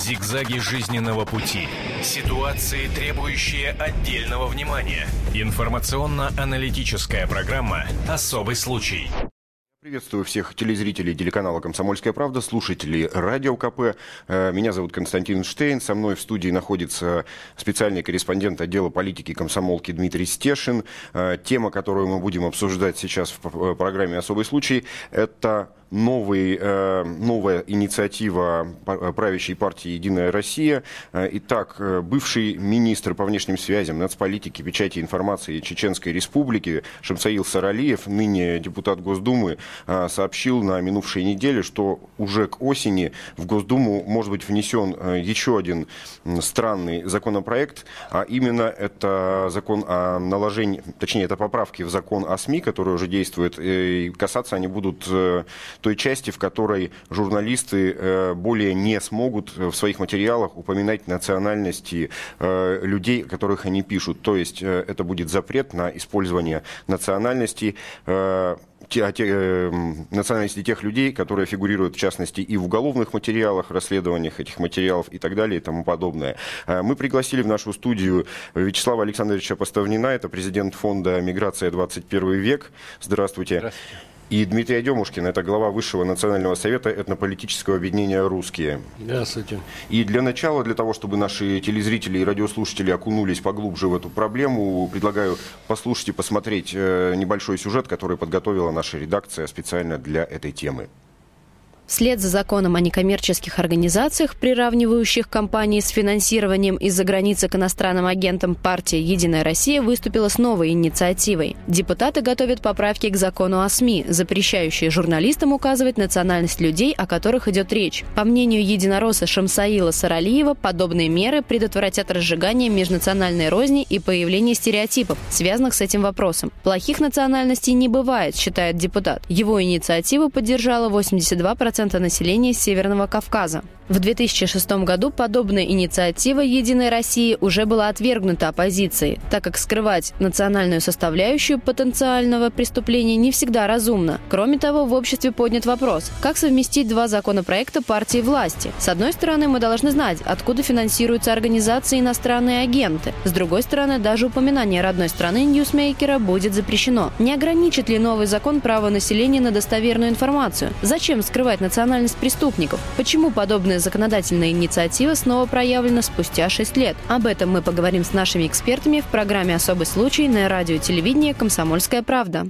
Зигзаги жизненного пути. Ситуации, требующие отдельного внимания. Информационно-аналитическая программа «Особый случай». Приветствую всех телезрителей телеканала «Комсомольская правда», слушателей радио КП. Меня зовут Константин Штейн. Со мной в студии находится специальный корреспондент отдела политики комсомолки Дмитрий Стешин. Тема, которую мы будем обсуждать сейчас в программе «Особый случай», это новая инициатива правящей партии «Единая Россия». Итак, бывший министр по внешним связям, нацполитики, печати информации Чеченской Республики Шамсаил Саралиев, ныне депутат Госдумы, сообщил на минувшей неделе, что уже к осени в Госдуму может быть внесен еще один странный законопроект, а именно это закон о наложении, точнее, это поправки в закон о СМИ, который уже действует, и касаться они будут той части, в которой журналисты более не смогут в своих материалах упоминать национальности людей, о которых они пишут. То есть это будет запрет на использование национальности тех людей, которые фигурируют, в частности, и в уголовных материалах, расследованиях этих материалов и так далее и тому подобное. Мы пригласили в нашу студию Вячеслава Александровича Поставнина, это президент фонда «Миграция. 21 век». Здравствуйте. Здравствуйте. И Дмитрия Демушкина, это глава Высшего национального совета этнополитического объединения «Русские». Здравствуйте. И для начала, для того, чтобы наши телезрители и радиослушатели окунулись поглубже в эту проблему, предлагаю послушать и посмотреть небольшой сюжет, который подготовила наша редакция специально для этой темы. Вслед за законом о некоммерческих организациях, приравнивающих компании с финансированием из-за границы к иностранным агентам, партия «Единая Россия» выступила с новой инициативой. Депутаты готовят поправки к закону о СМИ, запрещающие журналистам указывать национальность людей, о которых идет речь. По мнению единоросса Шамсаила Саралиева, подобные меры предотвратят разжигание межнациональной розни и появление стереотипов, связанных с этим вопросом. Плохих национальностей не бывает, считает депутат. Его инициативу поддержало 82% населения Северного Кавказа. В 2006 году подобная инициатива «Единой России» уже была отвергнута оппозицией, так как скрывать национальную составляющую потенциального преступления не всегда разумно. Кроме того, в обществе поднят вопрос, как совместить два законопроекта партии власти. С одной стороны, мы должны знать, откуда финансируются организации иностранные агенты. С другой стороны, даже упоминание родной страны ньюсмейкера будет запрещено. Не ограничит ли новый закон право населения на достоверную информацию? Зачем скрывать национальность преступников? Почему подобная законодательная инициатива снова проявлена спустя 6 лет? Об этом мы поговорим с нашими экспертами в программе «Особый случай» на радио и телевидении «Комсомольская правда».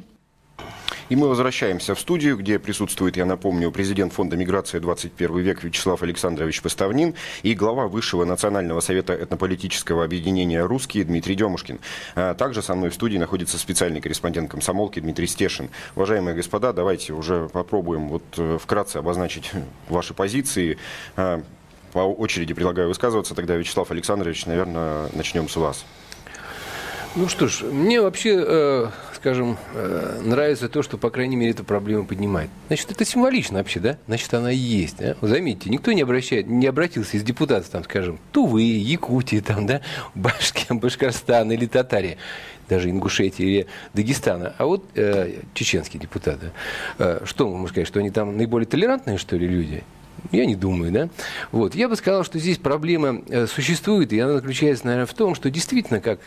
И мы возвращаемся в студию, где присутствует, я напомню, президент фонда «Миграция. 21 век» Вячеслав Александрович Поставнин и глава Высшего национального совета этнополитического объединения «Русские» Дмитрий Демушкин. Также со мной в студии находится специальный корреспондент комсомолки Дмитрий Стешин. Уважаемые господа, давайте уже попробуем вкратце обозначить ваши позиции. По очереди предлагаю высказываться. Тогда, Вячеслав Александрович, наверное, начнем с вас. Ну что ж, мне вообще, нравится то, что, по крайней мере, эту проблему поднимает. Значит, это символично вообще, да? Значит, она и есть. Да? Вы заметьте, никто не обратился из депутатов, Тувы, Якутии, Башкортостана или Татарии, даже Ингушетии или Дагестана, а вот чеченские депутаты. Что можно сказать, что они там наиболее толерантные, что ли, люди? Я не думаю, да? Я бы сказал, что здесь проблема существует, и она заключается, наверное, в том, что действительно, как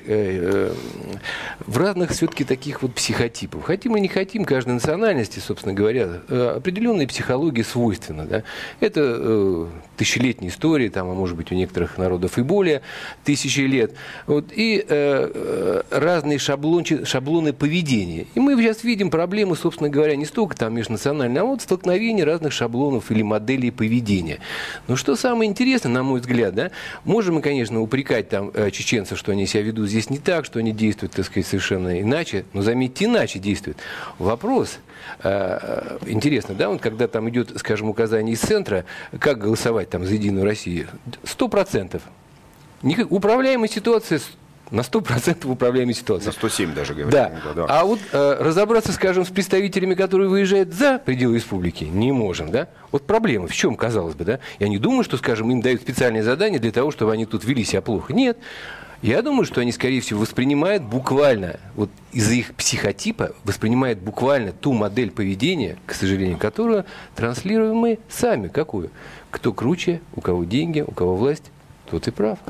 в разных все-таки таких психотипах. Хотим или не хотим, каждой национальности, собственно говоря, определенная психология свойственна, да? Это тысячелетняя история, а может быть у некоторых народов и более тысячи лет. И разные шаблоны поведения. И мы сейчас видим проблемы, собственно говоря, не столько межнациональные, а столкновение разных шаблонов или моделей поведения. Но что самое интересное, на мой взгляд, да, можем мы, конечно, упрекать чеченцев, что они себя ведут здесь не так, что они действуют, совершенно иначе, но, заметьте, иначе действуют. Вопрос интересно, да, когда идет, указание из центра, как голосовать за «Единую Россию», 100%. Управляемая ситуация на 100% управляемой ситуации. На 107 даже говорят. Да. А разобраться, с представителями, которые выезжают за пределы республики, не можем, да? Проблема в чем, казалось бы, да? Я не думаю, что, им дают специальное задание для того, чтобы они тут вели себя плохо. Нет. Я думаю, что они, скорее всего, воспринимают буквально, вот из-за их психотипа, воспринимают буквально ту модель поведения, к сожалению, которую транслируем мы сами. Какую? Кто круче, у кого деньги, у кого власть, тот и прав.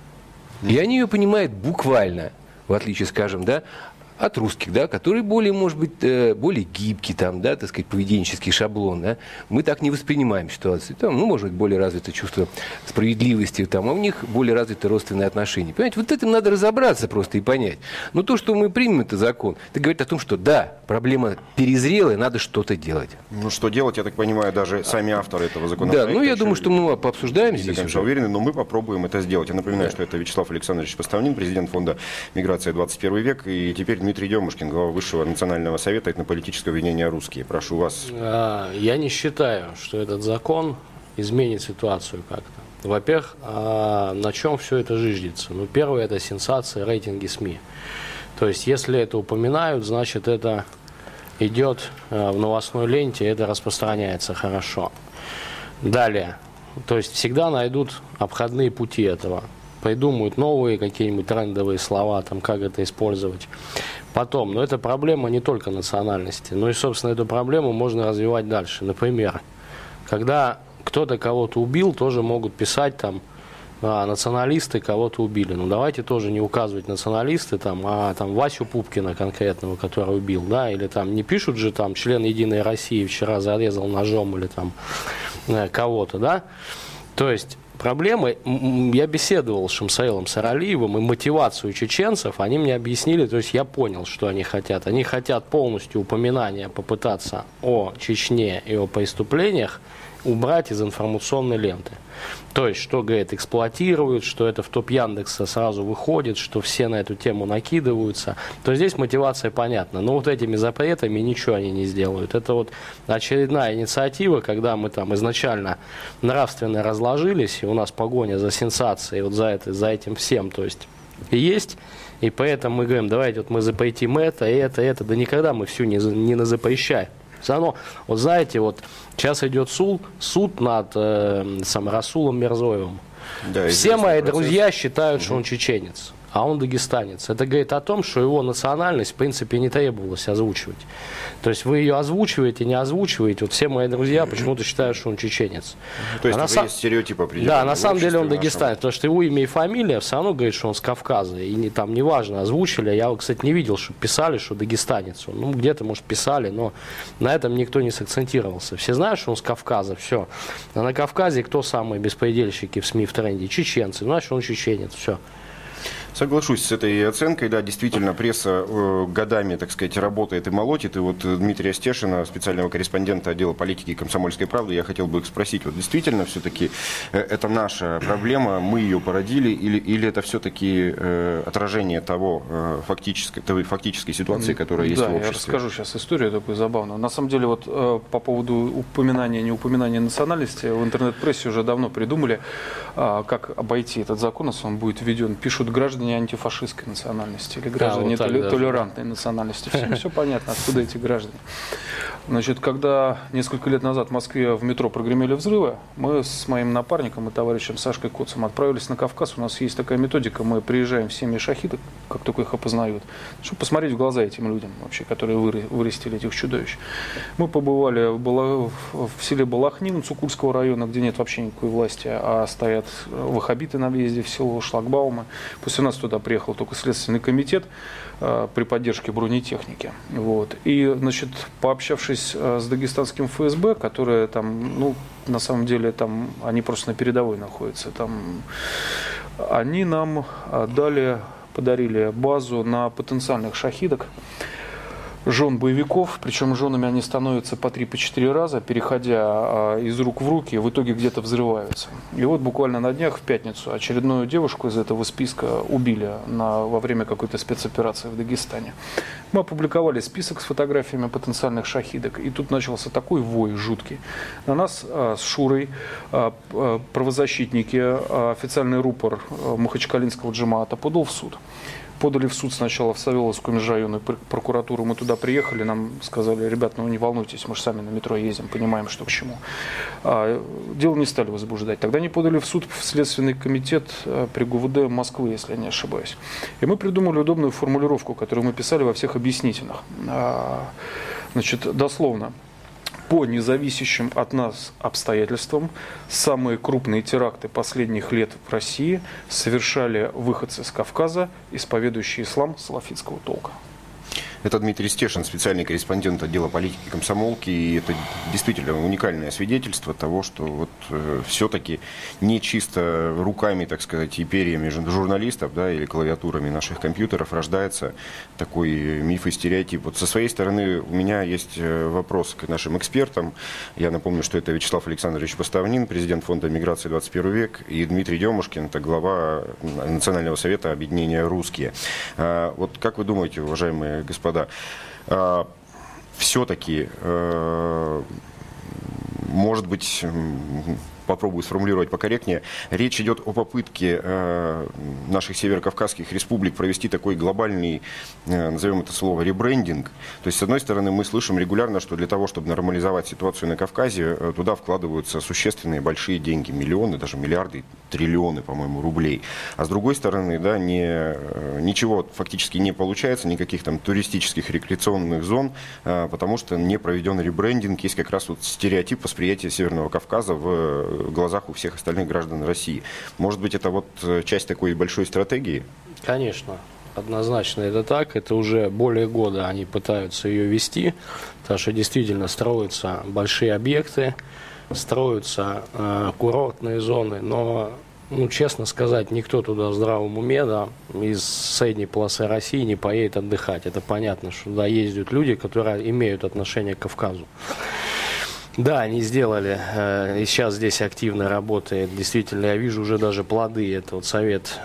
И они ее понимают буквально, в отличие, скажем, да, от русских, да, которые более, может быть, более гибкие, там, да, так сказать, поведенческий шаблон, да. Мы так не воспринимаем ситуацию. Там, ну, может быть, более развито чувство справедливости, там, а у них более развиты родственные отношения. Понимаете, вот этим надо разобраться просто и понять. Но то, что мы примем этот закон, это говорит о том, что да, проблема перезрелая, надо что-то делать. Ну, что делать, я так понимаю, даже сами авторы этого законопроекта. Да, ну, я думаю, что мы пообсуждаем здесь. Я уверен, но мы попробуем это сделать. Я напоминаю, что это Вячеслав Александрович Поставнин, президент фонда «Миграция 21 век», и теперь Дмитрий Демушкин, глава Высшего национального совета этнополитического объединения «Русские». Прошу вас. Я не считаю, что этот закон изменит ситуацию как-то. Во-первых, на чем все это зиждется? Ну, первое, это сенсация, рейтинги СМИ. То есть, если это упоминают, значит, это идет в новостной ленте, это распространяется хорошо. Далее, то есть, всегда найдут обходные пути этого. Придумают новые какие-нибудь трендовые слова, там, как это использовать. Потом, но это проблема не только национальности, но и, собственно, эту проблему можно развивать дальше. Например, когда кто-то кого-то убил, тоже могут писать там, националисты кого-то убили. Ну, давайте тоже не указывать националисты, там, а там Васю Пупкина конкретного, который убил, да, или там не пишут же там член Единой России вчера зарезал ножом или там кого-то, да. То есть проблема, я беседовал с Шамсаилом Саралиевым, и мотивацию чеченцев они мне объяснили, то есть я понял, что они хотят. Они хотят полностью упоминания, попытаться о Чечне и о преступлениях убрать из информационной ленты. То есть, что, говорит, эксплуатируют, что это в топ Яндекса сразу выходит, что все на эту тему накидываются. То здесь мотивация понятна. Но вот этими запретами ничего они не сделают. Это вот очередная инициатива, когда мы там изначально нравственно разложились, и у нас погоня за сенсацией, вот за этим всем, то есть, есть. И поэтому мы говорим, давайте вот мы запретим это. Да никогда мы всю не запрещаем. Все равно, вот знаете, вот сейчас идет суд над Расулом Мирзоевым. Да, все мои друзья считают, что он чеченец, а он дагестанец. Это говорит о том, что его национальность, в принципе, не требовалось озвучивать. То есть вы ее озвучиваете, не озвучиваете. Вот все мои друзья почему-то считают, что он чеченец. То есть есть стереотип определенный. Да, на самом деле он дагестанец, потому что его имя и фамилия все равно говорит, что он с Кавказа. И неважно, озвучили. Я, кстати, не видел, что писали, что дагестанец. Ну, где-то, может, писали, но на этом никто не сакцентировался. Все знают, что он с Кавказа, все. А на Кавказе кто самые беспредельщики в СМИ в тренде? Чеченцы. Значит, он чеченец, все. Соглашусь с этой оценкой. Да, действительно, пресса годами, так сказать, работает и молотит. И вот Дмитрия Стешина, специального корреспондента отдела политики и комсомольской правды, я хотел бы их спросить. Вот действительно, все-таки это наша проблема, мы ее породили, или это все-таки отражение той фактической ситуации, которая есть в обществе? Да, я расскажу сейчас историю такую забавную. На самом деле, вот по поводу упоминания, неупоминания национальности, в интернет-прессе уже давно придумали, как обойти этот закон, если он будет введен. Пишут граждане антифашистской национальности или граждане толерантной национальности. Все понятно, откуда эти граждане. Значит, когда несколько лет назад в Москве в метро прогремели взрывы, мы с моим напарником и товарищем Сашкой Коцем отправились на Кавказ. У нас есть такая методика, мы приезжаем в семьи шахидов, как только их опознают, чтобы посмотреть в глаза этим людям, вообще, которые вырастили этих чудовищ. Мы побывали в селе Балахнин Цукурского района, где нет вообще никакой власти, а стоят ваххабиты на въезде в село, шлагбаумы. После нас туда приехал только Следственный комитет при поддержке бронетехники. Вот. И, значит, пообщавшись с дагестанским ФСБ, которые там, ну, на самом деле, там, они просто на передовой находятся, там, они нам подарили базу на потенциальных шахидок, жен боевиков, причем женами они становятся по 3-4 раза, переходя из рук в руки, в итоге где-то взрываются. И вот буквально на днях в пятницу очередную девушку из этого списка убили во время какой-то спецоперации в Дагестане. Мы опубликовали список с фотографиями потенциальных шахидок, и тут начался такой вой жуткий. На нас с Шурой правозащитники, официальный рупор Махачкалинского джамаата подал в суд. Подали в суд сначала в Савеловскую межрайонную прокуратуру. Мы туда приехали, нам сказали: ребят, ну не волнуйтесь, мы же сами на метро ездим, понимаем, что к чему. Дело не стали возбуждать. Тогда они подали в суд в Следственный комитет при ГУВД Москвы, если я не ошибаюсь. И мы придумали удобную формулировку, которую мы писали во всех объяснительных. Значит, дословно. По независящим от нас обстоятельствам самые крупные теракты последних лет в России совершали выходцы с Кавказа, исповедующие ислам салафитского толка. Это Дмитрий Стешин, специальный корреспондент отдела политики комсомолки. И это действительно уникальное свидетельство того, что вот все-таки не чисто руками, так сказать, и перьями журналистов, да, или клавиатурами наших компьютеров рождается такой миф и стереотип. Вот со своей стороны у меня есть вопрос к нашим экспертам. Я напомню, что это Вячеслав Александрович Поставнин, президент фонда «Миграция 21 век», и Дмитрий Демушкин, это глава Национального совета объединения «Русские». Вот как вы думаете, уважаемые господа, все-таки, может быть, попробую сформулировать покорректнее, речь идет о попытке наших северокавказских республик провести такой глобальный, назовем это слово, ребрендинг. То есть, с одной стороны, мы слышим регулярно, что для того, чтобы нормализовать ситуацию на Кавказе, туда вкладываются существенные большие деньги, миллионы, даже миллиарды, триллионы, по-моему, рублей. А с другой стороны, да, ничего фактически не получается, никаких там туристических рекреационных зон, потому что не проведен ребрендинг. Есть как раз вот стереотип восприятия Северного Кавказа в глазах у всех остальных граждан России. Может быть, это вот часть такой большой стратегии? Конечно, однозначно это так. Это уже более года они пытаются ее вести, потому что действительно строятся большие объекты, строятся курортные зоны, но, ну, честно сказать, никто туда в здравом уме, да, из средней полосы России не поедет отдыхать. Это понятно, что туда ездят люди, которые имеют отношение к Кавказу. Да, они сделали, и сейчас здесь активно работает, действительно, я вижу уже даже плоды, это вот Совет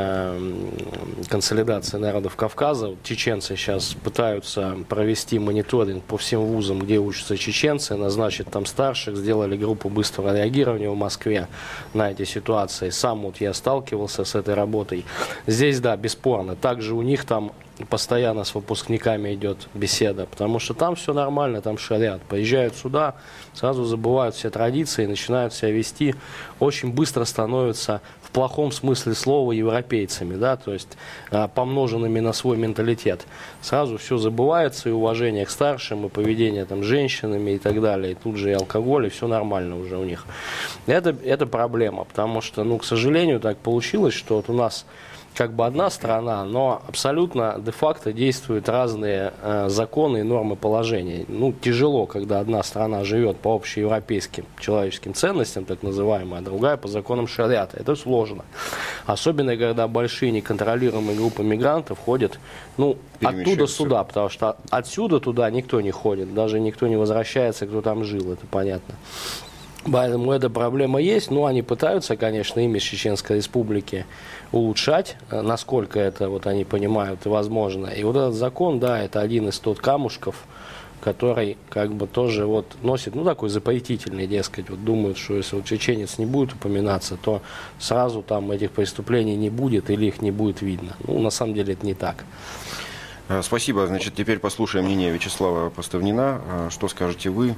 консолидации народов Кавказа. Чеченцы сейчас пытаются провести мониторинг по всем вузам, где учатся чеченцы, назначить там старших, сделали группу быстрого реагирования в Москве на эти ситуации. Сам вот я сталкивался с этой работой. Здесь, да, бесспорно, также у них там постоянно с выпускниками идет беседа, потому что там все нормально, там шариат. Приезжают сюда, сразу забывают все традиции, начинают себя вести, очень быстро становятся в плохом смысле слова европейцами, да, то есть помноженными на свой менталитет. Сразу все забывается, и уважение к старшим, и поведение там с женщинами и так далее, и тут же и алкоголь, и все нормально уже у них. Это проблема, потому что, ну, к сожалению, так получилось, что вот у нас как бы одна страна, но абсолютно де-факто действуют разные законы и нормы положения. Ну, тяжело, когда одна страна живет по общеевропейским человеческим ценностям, так называемая, а другая по законам шариата. Это сложно. Особенно, когда большие неконтролируемые группы мигрантов ходят, ну, оттуда сюда, потому что отсюда туда никто не ходит, даже никто не возвращается, кто там жил, это понятно. Поэтому эта проблема есть, но они пытаются, конечно, имидж Чеченской Республики улучшать, насколько это вот они понимают и возможно. И вот этот закон, да, это один из тот камушков, который как бы тоже вот носит, ну, такой запретительный, дескать, вот думают, что если вот чеченец не будет упоминаться, то сразу там этих преступлений не будет или их не будет видно. Ну, на самом деле это не так. Спасибо. Значит, теперь послушаем мнение Вячеслава Поставнина. Что скажете вы?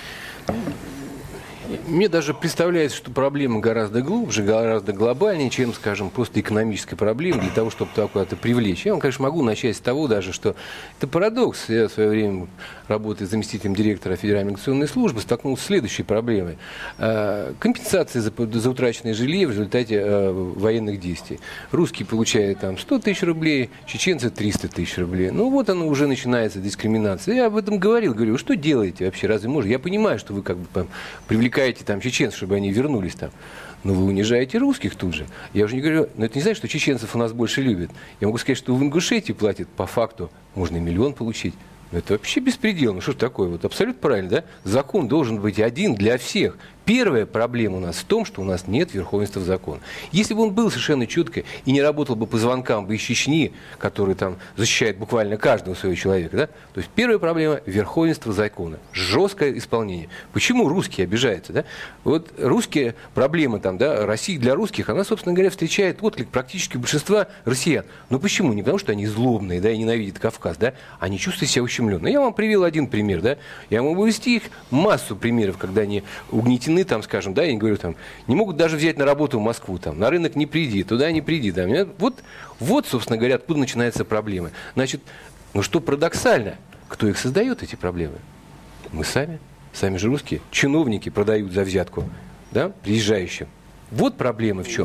Мне даже представляется, что проблема гораздо глубже, гораздо глобальнее, чем, скажем, просто экономическая проблема для того, чтобы куда-то привлечь. Я вам, конечно, могу начать с того даже, что это парадокс. Я в свое время, работая заместителем директора Федеральной миграционной службы, столкнулся с следующей проблемой. Компенсации за утраченное жилье в результате военных действий. Русские получают там 100 тысяч рублей, чеченцы 300 тысяч рублей. Ну вот оно уже начинается дискриминация. Я об этом говорил. Говорю, вы что делаете вообще? Разве можно? Я понимаю, что вы как бы привлекаете там чеченцев, чтобы они вернулись там. Но вы унижаете русских тут же. Я уже не говорю, но это не значит, что чеченцев у нас больше любят. Я могу сказать, что в Ингушетии платят по факту, можно и миллион получить. Но это вообще беспредел. Ну что ж такое? Вот абсолютно правильно, да? Закон должен быть один для всех. первая проблема у нас в том, что у нас нет верховенства закона. Если бы он был совершенно четко и не работал бы по звонкам бы из Чечни, который там защищает буквально каждого своего человека, да, то есть первая проблема – верховенство закона, жесткое исполнение. Почему русские обижаются? Да? Вот русские проблемы там, да, России для русских, она, собственно говоря, встречает отклик практически большинства россиян. Но почему? Не потому, что они злобные, да, и ненавидят Кавказ, да, они чувствуют себя ущемленно. Я вам привел один пример, да, я могу привести их массу примеров, когда они угнетены, там, скажем, да, я не говорю, там, не могут даже взять на работу в Москву, там, на рынок не приди, туда не приди, да. Вот, собственно говоря, откуда начинаются проблемы. Значит, ну что парадоксально, кто их создает, эти проблемы? Мы сами же русские, чиновники продают за взятку, да, приезжающим. Вот проблема в чем.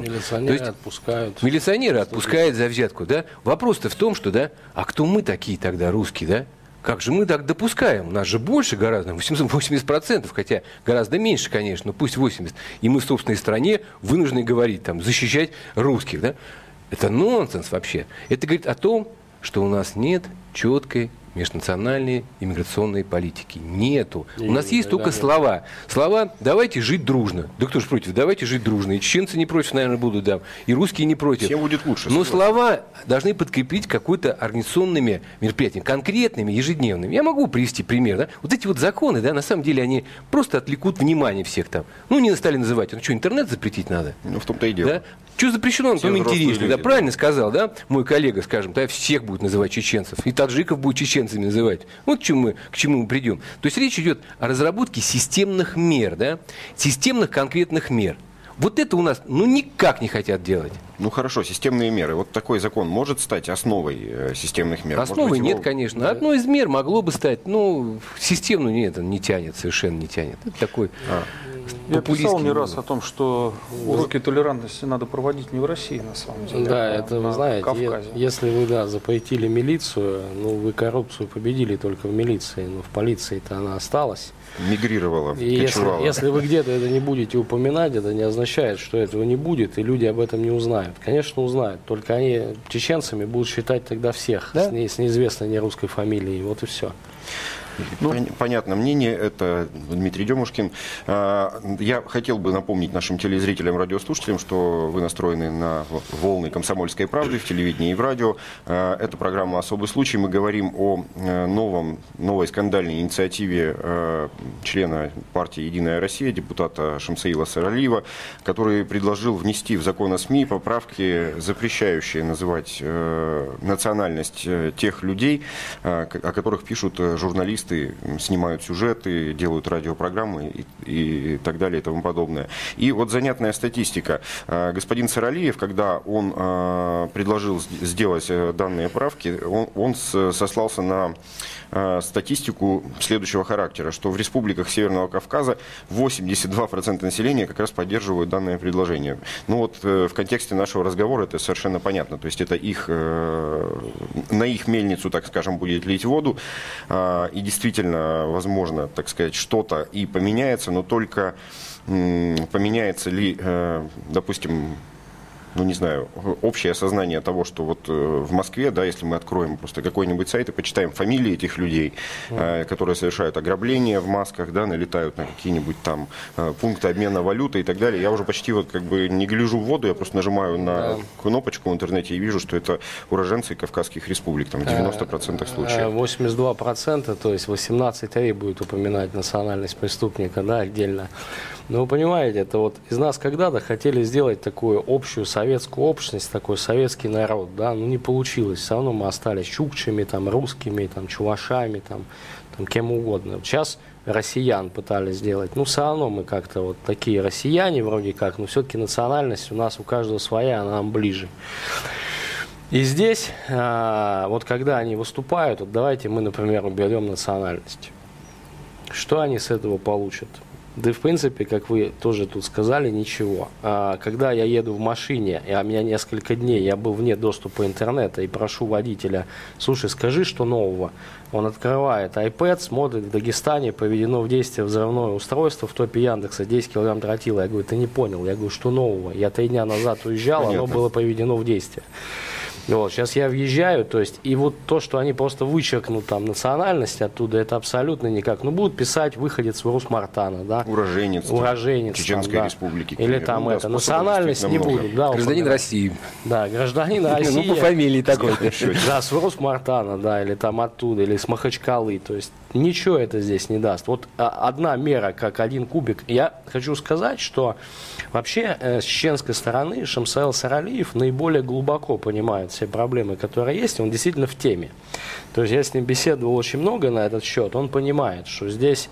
Милиционеры отпускают за взятку, да. Вопрос-то в том, что, да, а кто мы такие тогда, русские, да? Как же мы так допускаем? У нас же больше гораздо, 80%, хотя гораздо меньше, конечно, но пусть 80%. И мы в собственной стране вынуждены говорить, там, защищать русских, да? Это нонсенс вообще. Это говорит о том, что у нас нет четкой межнациональной иммиграционной политики. Нету. У нас есть только слова. Слова «давайте жить дружно». Да кто же против? Давайте жить дружно. И чеченцы не против, наверное, будут, да. И русские не против. Всем будет лучше. Но слова должны подкрепить какой-то организационными мероприятиями, конкретными, ежедневными. Я могу привести пример. Да? Вот эти вот законы, да, на самом деле, они просто отвлекут внимание всех там. Ну, не стали называть. Ну, что, интернет запретить надо? Ну, в том-то и дело. Да? Что запрещено, там интересно. Да, правильно сказал, да, мой коллега, скажем, да, всех будет называть чеченцев. И таджиков будет чеченцами называть. Вот к чему мы придем. То есть речь идет о разработке системных мер, да, системных конкретных мер. Вот это у нас, ну, никак не хотят делать. Ну, хорошо, системные меры. Вот такой закон может стать основой системных мер? Основой нет, конечно. Одной из мер могло бы стать, ну, системную нет, не тянет, совершенно не тянет. Это такой... Я писал не раз о том, что уроки толерантности надо проводить не в России, на самом деле. Да, это вы знаете, если вы, да, запретили милицию, ну, вы коррупцию победили только в милиции, но в полиции-то она осталась. Мигрировала, и если вы где-то это не будете упоминать, это не означает, что этого не будет, и люди об этом не узнают. Конечно, узнают, только они чеченцами будут считать тогда всех, да? с неизвестной нерусской фамилией, вот и все. Понятно мнение, это Дмитрий Демушкин. Я хотел бы напомнить нашим телезрителям, радиослушателям, что вы настроены на волны «Комсомольской правды» в телевидении и в радио. Это программа «Особый случай». Мы говорим о новой скандальной инициативе члена партии «Единая Россия», депутата Шамсаила Саралиева, который предложил внести в закон о СМИ поправки, запрещающие называть национальность тех людей, о которых пишут журналисты, снимают сюжеты, делают радиопрограммы и так далее и тому подобное. И вот занятная статистика. Господин Саралиев, когда он предложил сделать данные правки, он сослался на статистику следующего характера, что в республиках Северного Кавказа 82% населения как раз поддерживают данное предложение. Ну вот в контексте нашего разговора это совершенно понятно. То есть это на их мельницу, так скажем, будет лить воду. И действительно, возможно, так сказать, что-то и поменяется, но только поменяется ли, допустим, ну, не знаю, общее осознание того, что вот в Москве, да, если мы откроем просто какой-нибудь сайт и почитаем фамилии этих людей, которые совершают ограбления в масках, да, налетают на какие-нибудь там пункты обмена валюты и так далее, я уже почти вот как бы не гляжу в воду, я просто нажимаю на кнопочку в интернете и вижу, что это уроженцы Кавказских республик, там в 90% случаев. 82%, то есть 18 будет упоминать национальность преступника, да, отдельно. Но вы понимаете, это вот из нас когда-то хотели сделать такую общую советскую общность, такой советский народ, да, но не получилось. Все равно мы остались чукчами, там, русскими, там, чувашами, там, кем угодно. Вот сейчас россиян пытались сделать, ну, все равно мы как-то вот такие россияне вроде как, но все-таки национальность у нас у каждого своя, она нам ближе. И здесь, вот когда они выступают, вот давайте мы, например, уберем национальность. Что они с этого получат? Да и в принципе, как вы тоже тут сказали, ничего. Когда я еду в машине, и у меня несколько дней, я был вне доступа интернета, и прошу водителя, слушай, скажи, что нового. Он открывает iPad, смотрит, в Дагестане проведено в действие взрывное устройство в топе Яндекса, 10 килограмм тротила. Я говорю, ты не понял. Я говорю, что нового? Я 3 дня назад уезжал, оно было проведено в действие. Вот, сейчас я въезжаю, то есть, и вот то, что они просто вычеркнут там национальность оттуда, это абсолютно никак. Ну, будут писать выходец в Урус-Мартана, да. Уроженец Чеченской там, республики. Или там это, национальность не будут. Да, гражданин России. Да, гражданин России. Ну, по фамилии такой-то. Да, с Урус-Мартана, да, или там оттуда, или с Махачкалы, то есть, ничего это здесь не даст. Вот одна мера, как один кубик. Я хочу сказать, что вообще с чеченской стороны Шамсаил Саралиев наиболее глубоко понимает все проблемы, которые есть, он действительно в теме. То есть я с ним беседовал очень много на этот счет, он понимает, что здесь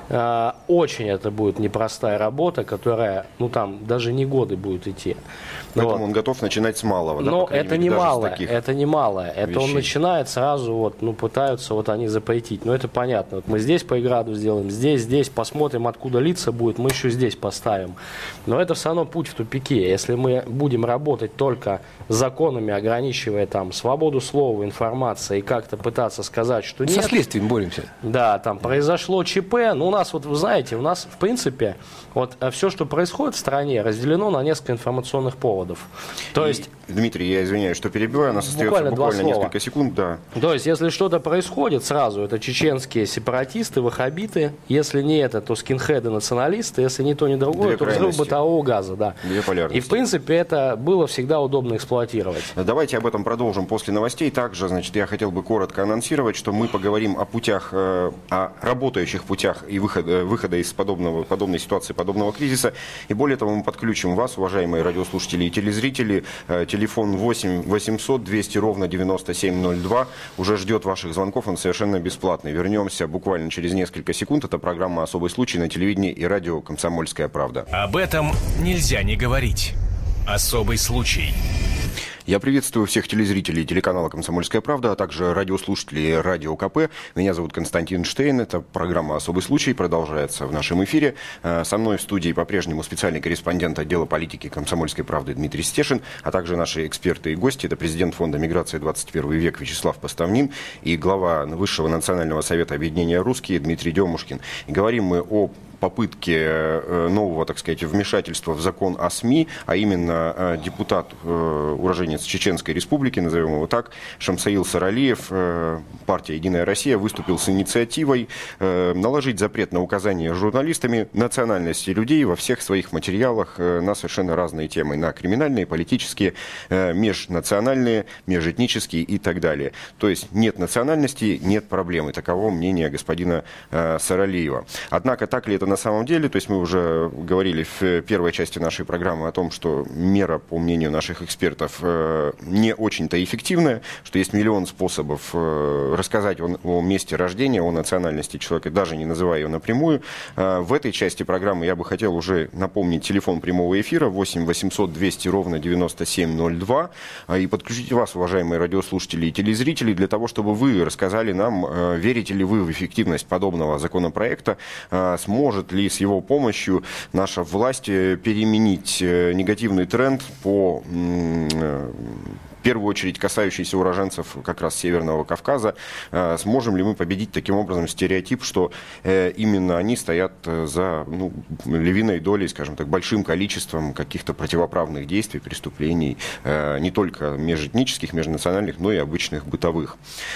очень это будет непростая работа, которая, ну там, даже не годы будет идти. Поэтому он готов начинать с малого. Но да, это не малое, это не малое. Это он начинает сразу, вот, ну, пытаются вот они запойтить. Но это понятно. Вот мы здесь по Играду сделаем, здесь, посмотрим, откуда лица будет, мы еще здесь поставим. Но это все равно путь в тупике. Если мы будем работать только законами, ограничивая там свободу слова, информации и как-то пытаться сказать, что нет. Со следствием боремся. Да, там произошло ЧП, ну, у нас, вот вы знаете, у нас, в принципе, вот все, что происходит в стране, разделено на несколько информационных поводов. То есть, Дмитрий, я извиняюсь, что перебиваю, у нас остается буквально несколько секунд. Да. То есть, если что-то происходит, сразу это чеченские сепаратисты, ваххабиты, если не это, то скинхеды, националисты, если не то, ни другое, то взрыв бытового газа. Да. Две полярности. И, в принципе, это было всегда удобно эксплуатировать. Давайте об этом продолжим после новостей. Также, значит, я хотел бы коротко анонсировать, что мы поговорим о путях, о работающих путях и выхода из подобной ситуации, подобного кризиса. И более того, мы подключим вас, уважаемые радиослушатели и телезрители. Телефон 8 800 200 ровно 9702 уже ждет ваших звонков, он совершенно бесплатный. Вернемся буквально через несколько секунд. Это программа «Особый случай» на телевидении и радио «Комсомольская правда». Об этом нельзя не говорить. Особый случай. Я приветствую всех телезрителей телеканала «Комсомольская правда», а также радиослушателей Радио КП. Меня зовут Константин Штейн. Это программа «Особый случай» продолжается в нашем эфире. Со мной в студии по-прежнему специальный корреспондент отдела политики «Комсомольской правды» Дмитрий Стешин, а также наши эксперты и гости. Это президент фонда «Миграция 21 век» Вячеслав Поставнин и глава Высшего национального совета объединения «Русские» Дмитрий Демушкин. И говорим мы о попытки нового, так сказать, вмешательства в закон о СМИ, а именно депутат, уроженец Чеченской Республики, назовем его так, Шамсаил Саралиев, партия «Единая Россия», выступил с инициативой наложить запрет на указание журналистами национальности людей во всех своих материалах на совершенно разные темы, на криминальные, политические, межнациональные, межэтнические и так далее. То есть нет национальности, нет проблемы. Таково мнение господина Саралиева. Однако так ли это на самом деле? То есть мы уже говорили в первой части нашей программы о том, что мера, по мнению наших экспертов, не очень-то эффективная, что есть миллион способов рассказать о месте рождения, о национальности человека, даже не называя ее напрямую. В этой части программы я бы хотел уже напомнить телефон прямого эфира 8 800 200 ровно 9702 и подключить вас, уважаемые радиослушатели и телезрители, для того, чтобы вы рассказали нам, верите ли вы в эффективность подобного законопроекта, сможет ли с его помощью наша власть переменить негативный тренд по в первую очередь касающийся уроженцев как раз Северного Кавказа. Сможем ли мы победить таким образом стереотип, что именно они стоят за львиной долей, скажем так, большим количеством каких-то противоправных действий, преступлений, не только межэтнических, межнациональных, но и обычных бытовых.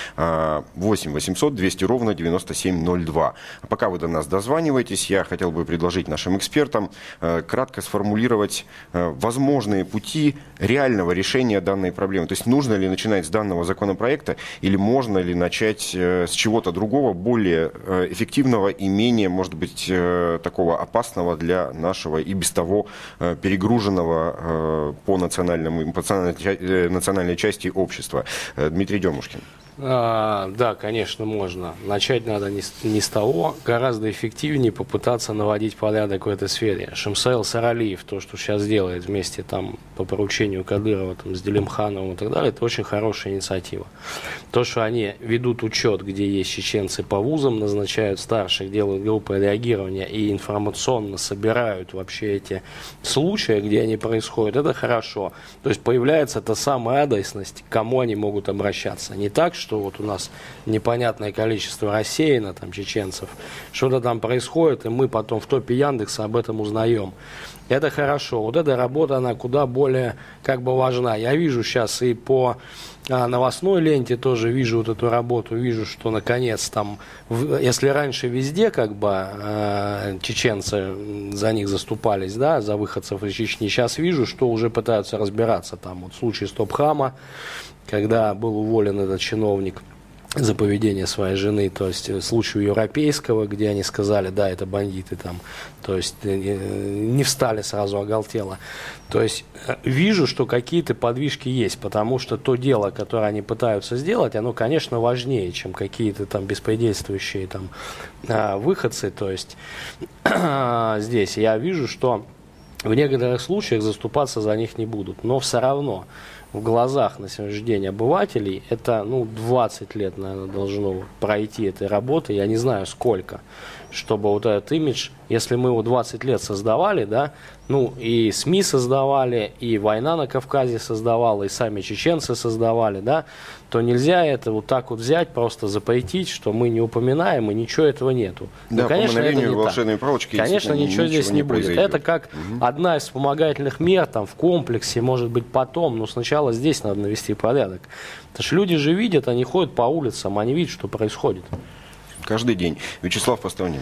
8 800 200 ровно 9702. А пока вы до нас дозваниваетесь, я хотел бы предложить нашим экспертам кратко сформулировать возможные пути реального решения данной проблемы. То есть нужно ли начинать с данного законопроекта или можно ли начать с чего-то другого, более эффективного и менее, может быть, такого опасного для нашего и без того перегруженного по национальной части общества. Дмитрий Демушкин. Да, конечно, можно. Начать надо не с того, гораздо эффективнее попытаться наводить порядок в этой сфере. Шамсаил Саралиев, то, что сейчас делает вместе там, по поручению Кадырова там, с Делимхановым и так далее, это очень хорошая инициатива. То, что они ведут учет, где есть чеченцы по вузам, назначают старших, делают группы реагирования и информационно собирают вообще эти случаи, где они происходят, это хорошо. То есть появляется та самая адресность, к кому они могут обращаться. Не так, что вот у нас непонятное количество рассеяно, там, чеченцев, что-то там происходит, и мы потом в топе Яндекса об этом узнаем. Это хорошо. Вот эта работа, она куда более как бы важна. Я вижу сейчас и по новостной ленте тоже вижу вот эту работу, вижу, что наконец там, если раньше везде как бы чеченцы за них заступались, да, за выходцев из Чечни, сейчас вижу, что уже пытаются разбираться. Там вот случай Стопхама, когда был уволен этот чиновник за поведение своей жены, то есть случай Европейского, где они сказали, да, это бандиты там, то есть не встали сразу, оголтело. То есть вижу, что какие-то подвижки есть, потому что то дело, которое они пытаются сделать, оно, конечно, важнее, чем какие-то там беспредельствующие там выходцы. То есть здесь я вижу, что в некоторых случаях заступаться за них не будут, но все равно в глазах на сегодняшний день обывателей это 20 лет, наверное, должно пройти этой работы, я не знаю сколько, чтобы вот этот имидж, если мы его 20 лет создавали, да, и СМИ создавали, и война на Кавказе создавала, и сами чеченцы создавали, да, то нельзя это вот так вот взять, просто запретить, что мы не упоминаем, и ничего этого нету. Да, конечно, по мановению это не волшебной палочки, конечно, ничего здесь не будет. Это как одна из вспомогательных мер там, в комплексе, может быть, потом, но сначала здесь надо навести порядок. Потому что люди же видят, они ходят по улицам, они видят, что происходит. Каждый день. Вячеслав Поставнин.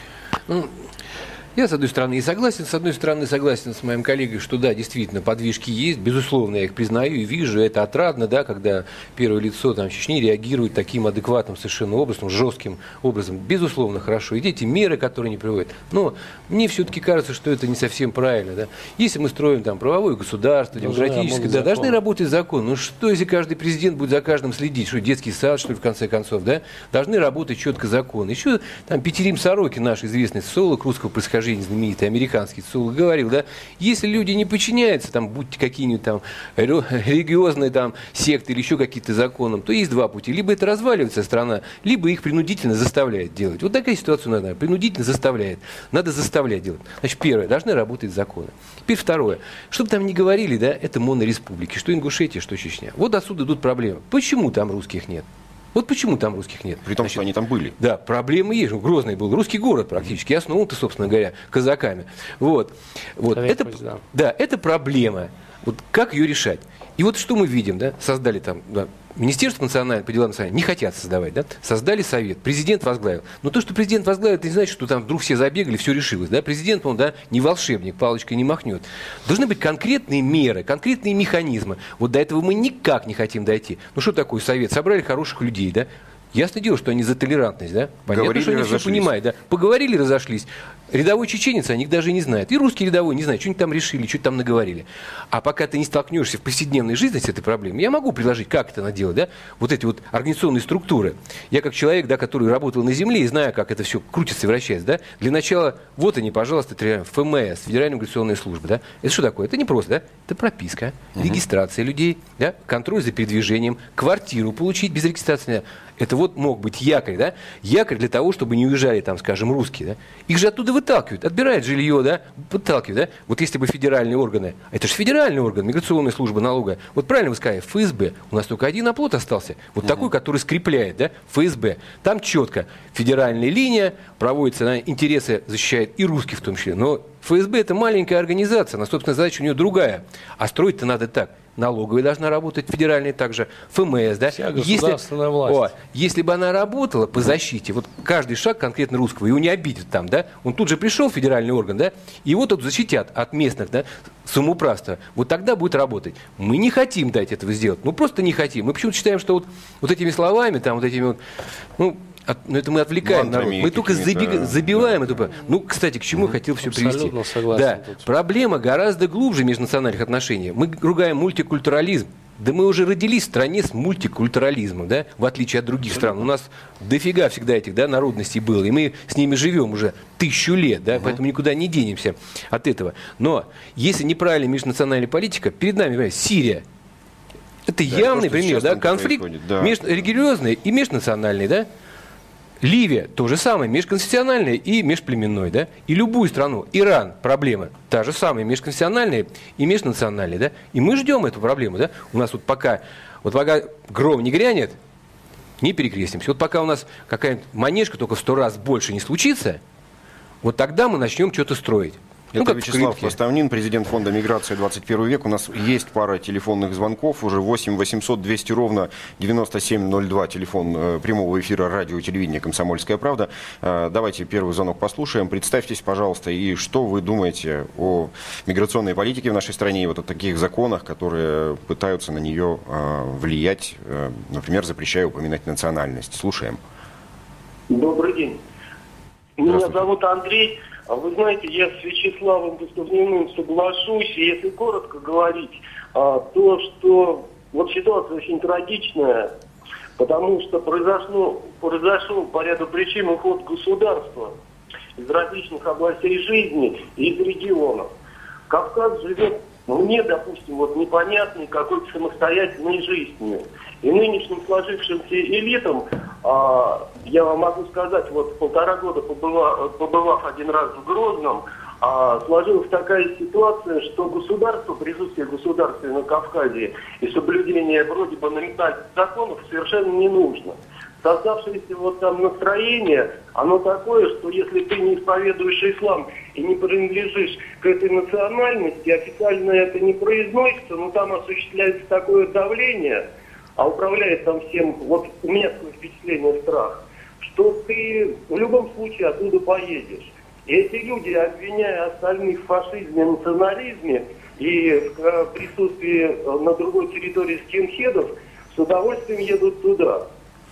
Я, с одной стороны, и согласен, с одной стороны, согласен с моим коллегой, что да, действительно, подвижки есть, безусловно, я их признаю и вижу, это отрадно, да, когда первое лицо там, Чечни реагирует таким адекватным совершенно образом, жестким образом, безусловно, хорошо. И эти меры, которые они приводят, но мне все-таки кажется, что это не совсем правильно, да. Если мы строим там правовое государство, демократическое, да, должны работать законы. Ну что, если каждый президент будет за каждым следить, что детский сад, что ли, в конце концов, да, должны работать четко законы. Еще там Петерим Сорокин, наш известный социолог русского происхождения, знаменитый американский социолог, говорил, да, если люди не подчиняются, там, будь какие-нибудь там религиозные там секты или еще какие-то законам, то есть два пути. Либо это разваливается страна, либо их принудительно заставляет делать. Вот такая ситуация надо. Принудительно заставляет. Надо заставлять делать. Значит, первое, должны работать законы. Теперь второе. Что бы там ни говорили, да, это монореспублики, что Ингушетия, что Чечня. Вот отсюда идут проблемы. Почему там русских нет? Вот почему там русских нет? При том, что они там были. Да, проблемы есть. Грозный был русский город практически. Основан-то, собственно говоря, казаками. Вот. Это проблема. Вот как ее решать? И вот что мы видим, да? Создали там, да, Министерство национальное, по делам национальным не хотят создавать, да? Создали совет, президент возглавил. Но то, что президент возглавил, это не значит, что там вдруг все забегали, все решилось, да? Президент, он, да, не волшебник, палочкой не махнет. Должны быть конкретные меры, конкретные механизмы. Вот до этого мы никак не хотим дойти. Ну что такое совет? Собрали хороших людей, да? Ясное дело, что они за толерантность, да? Понятно, говорили, что они все понимают, да? Поговорили, разошлись. Рядовой чеченец о них даже не знает. И русский рядовой не знает, что они там решили, что там наговорили. А пока ты не столкнешься в повседневной жизни с этой проблемой, я могу предложить, как это надо делать, да? Вот эти вот организационные структуры. Я как человек, да, который работал на земле и знаю, как это все крутится и вращается, да? Для начала, вот они, пожалуйста, ФМС, Федеральная миграционная служба, да? Это что такое? Это не просто, да? Это прописка, регистрация людей, да? Контроль за передвижением, квартиру получить без регистрации. Это вот мог быть якорь, да? Якорь для того, чтобы не уезжали там, скажем, русские, да? Их же оттуда выталкивают, отбирают жилье, да? Выталкивают, да? Вот если бы федеральные органы, это же федеральный орган, миграционная служба налога, вот правильно вы сказали, ФСБ, у нас только один оплот остался, вот такой, который скрепляет, да? ФСБ. Там четко федеральная линия, проводится, она интересы защищает и русских в том числе, но ФСБ это маленькая организация, она, собственно, задача у нее другая, а строить-то надо так. Налоговая должна работать, федеральная также, ФМС, да? Вся государственная власть. Если бы она работала по защите, вот каждый шаг конкретно русского, его не обидят там, да? Он тут же пришел, федеральный орган, да? И его тут защитят от местных, да, самоуправства. Вот тогда будет работать. Мы не хотим дать этого сделать, ну просто не хотим. Мы почему-то считаем, что вот этими словами, там, вот этими вот, это мы отвлекаем народ. Мы только забиваем эту... Ну, кстати, к чему я хотел все привести. Абсолютно согласен. Да. Проблема гораздо глубже межнациональных отношений. Мы ругаем мультикультурализм. Да мы уже родились в стране с мультикультурализмом, да, в отличие от других стран. У нас дофига всегда этих, да, народностей было, и мы с ними живем уже 1000 лет, да, поэтому никуда не денемся от этого. Но если неправильная межнациональная политика, перед нами, понимаете, Сирия. Это явный пример, да, конфликт религиозный и межнациональный, да. Ливия то же самое, межконфессиональная и межплеменной, да? И любую страну, Иран, проблема та же самая, межконфессиональная и межнациональная, да? И мы ждем эту проблему, да? У нас вот пока гром не грянет, не перекрестимся. Вот пока у нас какая-нибудь манежка только в 100 раз больше не случится, вот тогда мы начнем что-то строить. Это Вячеслав Поставнин, президент фонда «Миграция. 21 век». У нас есть пара телефонных звонков. Уже 8 800 200 ровно 9702. Телефон прямого эфира радио и телевидения «Комсомольская правда». Давайте первый звонок послушаем. Представьтесь, пожалуйста, и что вы думаете о миграционной политике в нашей стране и вот о таких законах, которые пытаются на нее влиять, например, запрещая упоминать национальность. Слушаем. Добрый день. Меня зовут Андрей. Вы знаете, я с Вячеславом Поставниным соглашусь. И если коротко говорить, то, что вот ситуация очень трагичная, потому что произошел по ряду причин уход государства из различных областей жизни и из регионов. Кавказ живет, мне, допустим, вот непонятной какой-то самостоятельной жизнью. И нынешним сложившимся элитам, я вам могу сказать, вот 1,5 года побывав один раз в Грозном, сложилась такая ситуация, что присутствие государства на Кавказе и соблюдение вроде бы номинальных законов совершенно не нужно. Создавшееся вот там настроение, оно такое, что если ты не исповедуешь ислам и не принадлежишь к этой национальности, официально это не произносится, но там осуществляется такое давление, а управляет там всем, вот у меня такое впечатление, страх, что ты в любом случае оттуда поедешь. И эти люди, обвиняя остальных в фашизме, национализме и в присутствии на другой территории скинхедов, с удовольствием едут туда.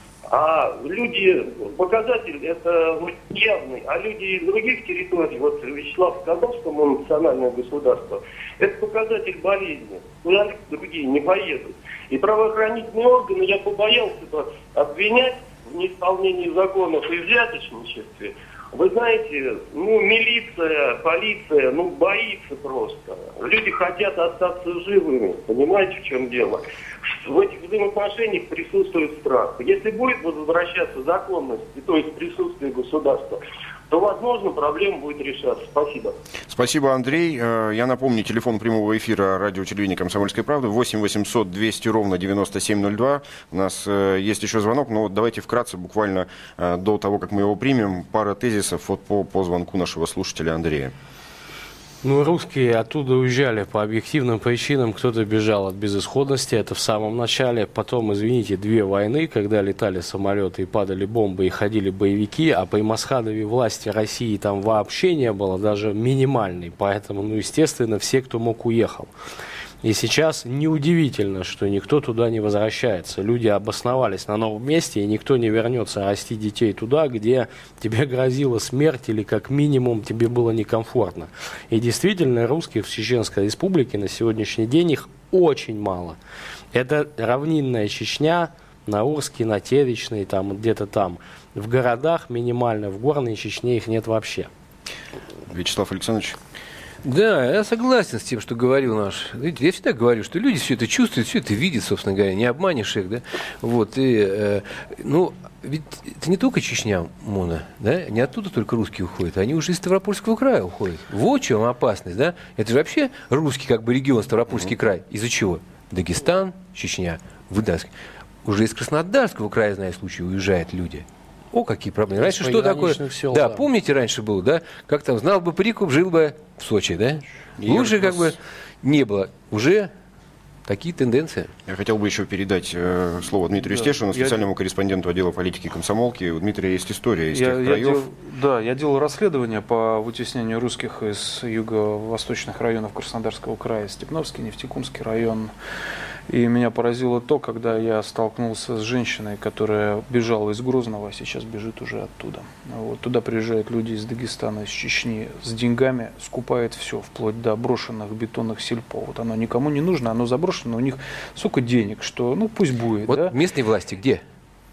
А люди, показатель это явный, а люди из других территорий, вот Вячеслав сказал, что мы национальное государство, это показатель болезни. Куда другие не поедут. И правоохранительные органы, я побоялся обвинять в неисполнении законов и взяточничестве. Вы знаете, милиция, полиция, боится просто. Люди хотят остаться живыми. Понимаете, в чем дело? В этих взаимоотношениях присутствует страх. Если будет возвращаться законность, то есть присутствие государства, то, возможно, проблема будет решаться. Спасибо. Спасибо, Андрей. Я напомню, телефон прямого эфира радио телевидения «Комсомольская правда» 8 800 200 ровно 9702. У нас есть еще звонок, но давайте вкратце, буквально до того, как мы его примем, пара тезисов вот по звонку нашего слушателя Андрея. Русские оттуда уезжали по объективным причинам. Кто-то бежал от безысходности, это в самом начале. Потом, извините, 2 войны, когда летали самолеты и падали бомбы, и ходили боевики, а при Масхадове власти России там вообще не было, даже минимальной. Поэтому, естественно, все, кто мог, уехал. И сейчас неудивительно, что никто туда не возвращается. Люди обосновались на новом месте, и никто не вернется расти детей туда, где тебе грозила смерть или как минимум тебе было некомфортно. И действительно, русских в Чеченской Республике на сегодняшний день их очень мало. Это равнинная Чечня, Наурский, Натеричный, там где-то там. В городах минимально, в горной Чечне их нет вообще. Вячеслав Александрович. Да, я согласен с тем, что говорил наш. Видите, я всегда говорю, что люди все это чувствуют, все это видят, собственно говоря, не обманешь их, да. Вот, и, ведь это не только Чечня, Мона, да, не оттуда только русские уходят, они уже из Ставропольского края уходят. Вот в чем опасность, да. Это же вообще русский регион, Ставропольский край. Из-за чего? Дагестан, Чечня, Выданский. Уже из Краснодарского края, знаю, случаи, уезжают люди. О, какие проблемы. Раньше что такое? Сел, да, помните, раньше было, да? Как там, знал бы Прикуп, жил бы в Сочи, да? Лучше не было. Уже такие тенденции. Я хотел бы еще передать слово Дмитрию Стешину, специальному корреспонденту отдела политики комсомолки. У Дмитрия есть история из тех краев. Я делал расследование по вытеснению русских из юго-восточных районов Краснодарского края, Степновский, Нефтекумский район. И меня поразило то, когда я столкнулся с женщиной, которая бежала из Грозного, а сейчас бежит уже оттуда. Вот. Туда приезжают люди из Дагестана, из Чечни с деньгами, скупают все, вплоть до брошенных бетонных сельпо. Вот оно никому не нужно, оно заброшено, у них столько денег, что пусть будет. Вот да? Местные власти где?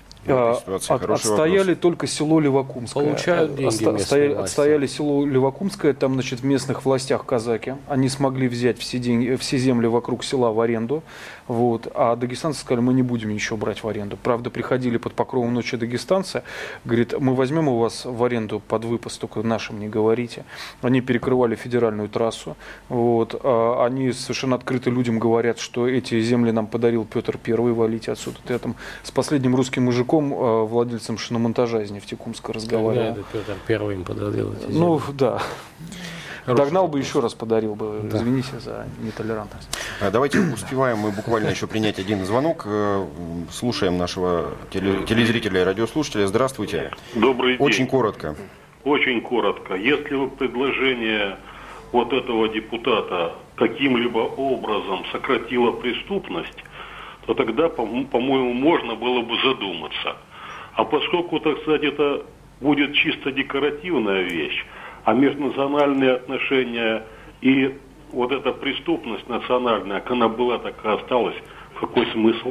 Отстояли только село Левакумское. Получают деньги отстояли село Левакумское, там, в местных властях казаки. Они смогли взять все земли вокруг села в аренду. Вот. А дагестанцы сказали, мы не будем ничего брать в аренду. Правда, приходили под покровом ночи дагестанцы. Говорит, мы возьмем у вас в аренду под выпас, только нашим не говорите. Они перекрывали федеральную трассу. Вот. Они совершенно открыто людям говорят, что эти земли нам подарил Петр I, валите отсюда. Я там с последним русским мужиком, владельцем шиномонтажа из Нефтекумска, разговаривал. Когда это Петр I им подарил эти земли? Да. Догнал бы, еще раз подарил бы. Да. Извините за нетолерантность. Давайте успеваем мы буквально еще принять один звонок. Слушаем нашего телезрителя и радиослушателя. Здравствуйте. Добрый день. Очень коротко. Очень коротко. Если бы предложение вот этого депутата каким-либо образом сократило преступность, то тогда, по-моему, можно было бы задуматься. А поскольку, так сказать, это будет чисто декоративная вещь, а межнациональные отношения и вот эта преступность национальная, как она была, так и осталась, какой смысл?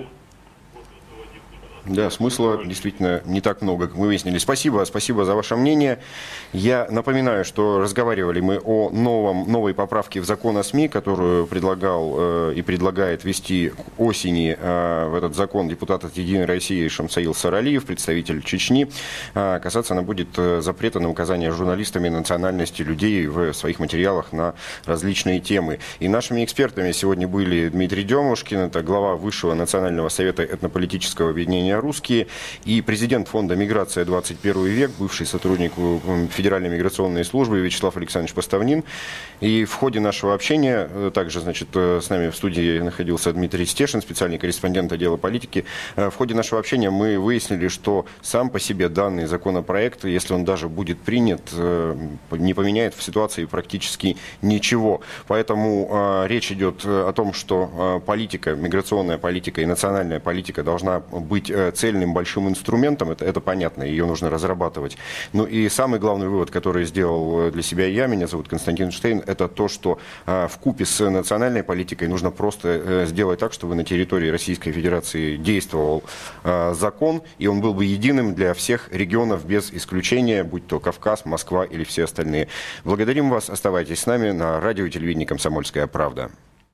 Да, смысла действительно не так много, как мы выяснили. Спасибо за ваше мнение. Я напоминаю, что разговаривали мы о новой поправке в закон о СМИ, которую предлагал и предлагает ввести к осени в этот закон депутат от «Единой России» Шамсаил Саралиев, представитель Чечни. Касаться она будет запрета на указание журналистами национальности людей в своих материалах на различные темы. И нашими экспертами сегодня были Дмитрий Демушкин, это глава Высшего национального совета этнополитического объединения «Русские», и президент фонда «Миграция. 21 век», бывший сотрудник Федеральной миграционной службы Вячеслав Александрович Поставнин. И в ходе нашего общения, также, с нами в студии находился Дмитрий Стешин, специальный корреспондент отдела политики. В ходе нашего общения мы выяснили, что сам по себе данный законопроект, если он даже будет принят, не поменяет в ситуации практически ничего. Поэтому речь идет о том, что политика, миграционная политика и национальная политика должна быть цельным большим инструментом, это понятно, ее нужно разрабатывать. Ну и самый главный вывод, который сделал для себя я, меня зовут Константин Штейн, это то, что вкупе с национальной политикой нужно просто сделать так, чтобы на территории Российской Федерации действовал закон, и он был бы единым для всех регионов без исключения, будь то Кавказ, Москва или все остальные. Благодарим вас, оставайтесь с нами на радио и телевидении «Комсомольская правда».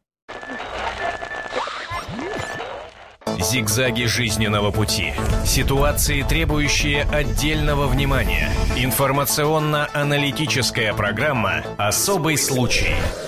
Зигзаги жизненного пути. Ситуации, требующие отдельного внимания. Информационно-аналитическая программа «Особый случай».